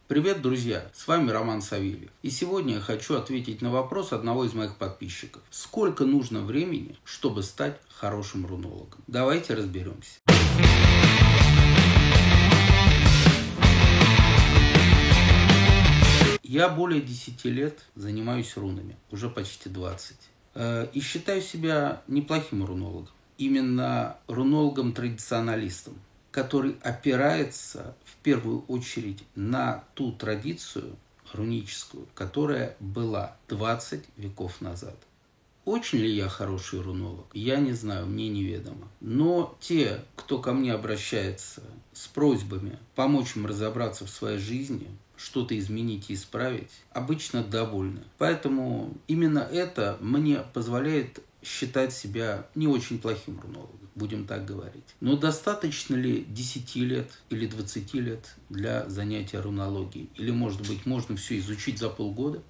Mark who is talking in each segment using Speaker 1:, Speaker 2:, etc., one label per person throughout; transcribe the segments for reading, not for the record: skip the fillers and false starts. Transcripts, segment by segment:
Speaker 1: Привет, друзья! С вами Роман Савельев. И сегодня я хочу ответить на вопрос одного из моих подписчиков. Сколько нужно времени, чтобы стать хорошим рунологом? Давайте разберемся. Я более 10 лет занимаюсь рунами, уже почти 20. И считаю себя неплохим рунологом. Именно рунологом-традиционалистом, который опирается в первую очередь на ту традицию руническую, которая была 20 веков назад. Очень ли я хороший рунолог? Я не знаю, мне неведомо. Но те, кто ко мне обращается с просьбами помочь им разобраться в своей жизни, что-то изменить и исправить, обычно довольны. Поэтому именно это мне позволяет считать себя не очень плохим рунологом, будем так говорить. Но достаточно ли 10 лет или 20 лет для занятия рунологией? Или, может быть, можно все изучить за полгода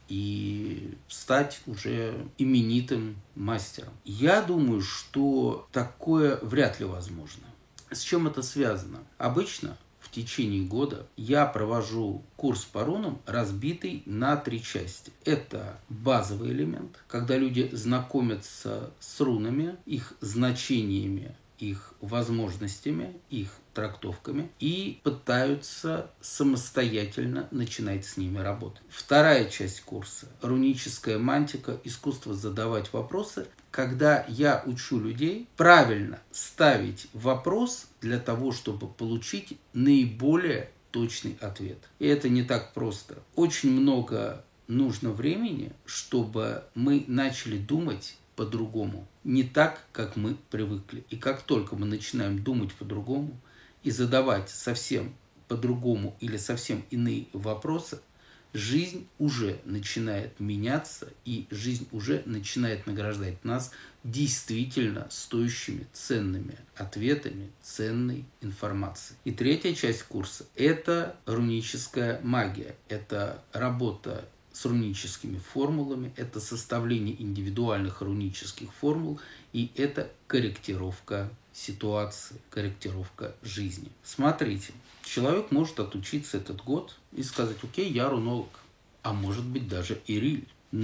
Speaker 1: и стать уже именитым мастером? Я думаю, что такое вряд ли возможно. С чем это связано? Обычно в течение года я провожу курс по рунам, разбитый на 3 части. Это базовый элемент, когда люди знакомятся с рунами, их значениями, их возможностями, их трактовками и пытаются самостоятельно начинать с ними работать. Вторая часть курса – руническая мантика, искусство задавать вопросы, когда я учу людей правильно ставить вопрос для того, чтобы получить наиболее точный ответ. И это не так просто. Очень много нужно времени, чтобы мы начали думать по-другому. Не так, как мы привыкли. И как только мы начинаем думать по-другому и задавать совсем по-другому или совсем иные вопросы, жизнь уже начинает меняться, и жизнь уже начинает награждать нас действительно стоящими, ценными ответами, ценной информацией. И третья часть курса – это руническая магия. Это работа с руническими формулами, это составление индивидуальных рунических формул, и это корректировка ситуации, корректировка жизни. Смотрите, человек может отучиться этот год и сказать: окей, я рунолог, а может быть даже ириль.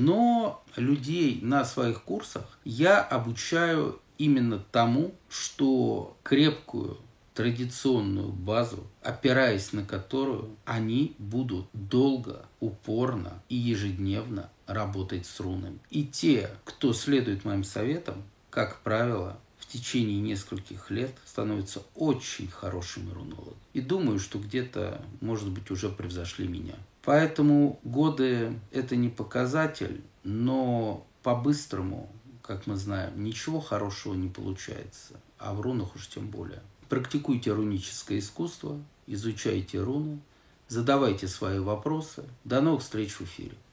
Speaker 1: Но людей на своих курсах я обучаю именно тому, что крепкую традиционную базу, опираясь на которую они будут долго, упорно и ежедневно работать с рунами. И те, кто следует моим советам, как правило, в течение нескольких лет становятся очень хорошими рунологами. И думаю, что где-то, может быть, уже превзошли меня. Поэтому годы – это не показатель, но по-быстрому, как мы знаем, ничего хорошего не получается, а в рунах уж тем более. Практикуйте руническое искусство, изучайте руны, задавайте свои вопросы. До новых встреч в эфире.